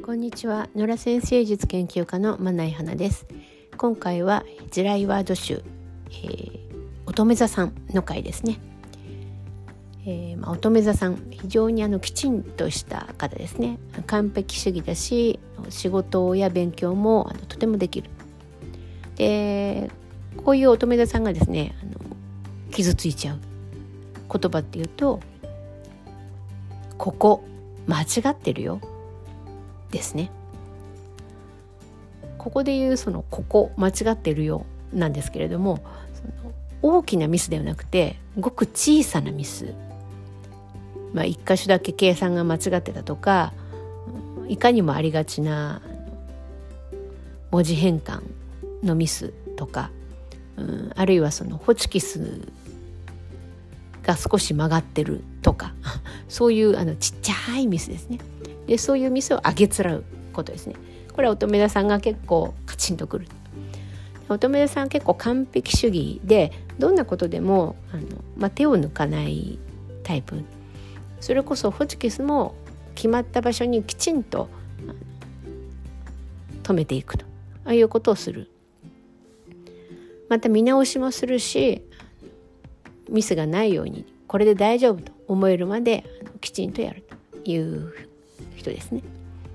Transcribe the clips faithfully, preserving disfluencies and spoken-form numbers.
こんにちは。野良先生術研究家のまないはなです。今回は地雷ワード集、えー、乙女座さんの回ですね。えーまあ、乙女座さん非常にあのきちんとした方ですね。完璧主義だし、仕事や勉強もあのとてもできる。でこういう乙女座さんがですね、あの傷ついちゃう言葉っていうと、ここ間違ってるよですね。ここで言うそのここ間違ってるよなんですけれども、その大きなミスではなくてごく小さなミス、まあ一箇所だけ計算が間違ってたとか、いかにもありがちな文字変換のミスとか、うん、あるいはそのホチキスが少し曲がってるとかそういうあのちっちゃいミスですね。でそういうミスをあげつらうことですね。これは乙女座さんが結構カチンとくる。乙女座さんは結構完璧主義で、どんなことでもあの、まあ、手を抜かないタイプ。それこそホチキスも決まった場所にきちんと止めていくと、ああいうことをする。また見直しもするし、ミスがないようにこれで大丈夫と思えるまであのきちんとやるという人ですね。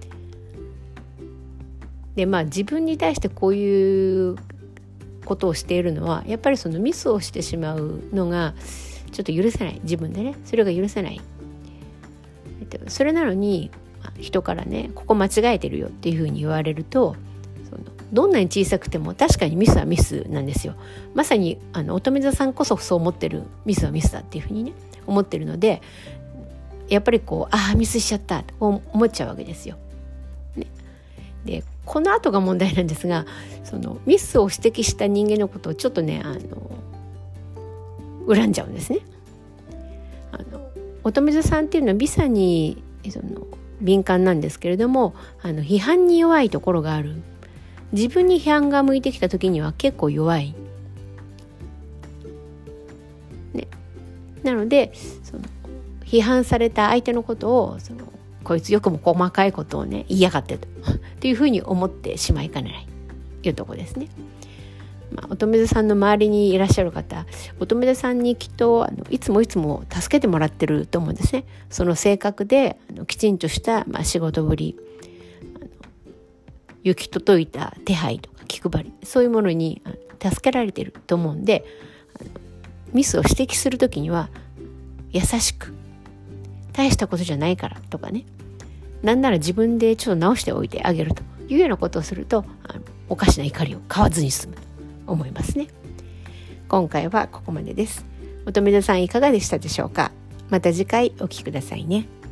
でまあ自分に対してこういうことをしているのは、やっぱりそのミスをしてしまうのがちょっと許せない、自分でねそれが許せない。それなのに人からね、ここ間違えてるよっていうふうに言われると、そのどんなに小さくても確かにミスはミスなんですよ。まさにあの乙女座さんこそそう思ってる、ミスはミスだっていうふうにね思ってるので、やっぱりこうああミスしちゃったと思っちゃうわけですよ、ね、でこの後が問題なんですが、そのミスを指摘した人間のことをちょっとねあの恨んじゃうんですね。あの乙女座さんっていうのは美さにその敏感なんですけれども、あの批判に弱いところがある。自分に批判が向いてきた時には結構弱い、ね、なのでその批判された相手のことをそのこいつよくも細かいことをね言いやがってとっていうふうに思ってしまいかねないというところですね。まあ、乙女座さんの周りにいらっしゃる方、乙女座さんにきっとあのいつもいつも助けてもらってると思うんですね。その性格であのきちんとした、まあ、仕事ぶり、あの行き届いた手配とか気配り、そういうものに助けられてると思うんで、あのミスを指摘するときには優しく、大したことじゃないからとかね、なんなら自分でちょっと直しておいてあげるというようなことをすると、あのおかしな怒りを買わずに済むと思いますね。今回はここまでです。乙女座さんいかがでしたでしょうか。また次回お聞きくださいね。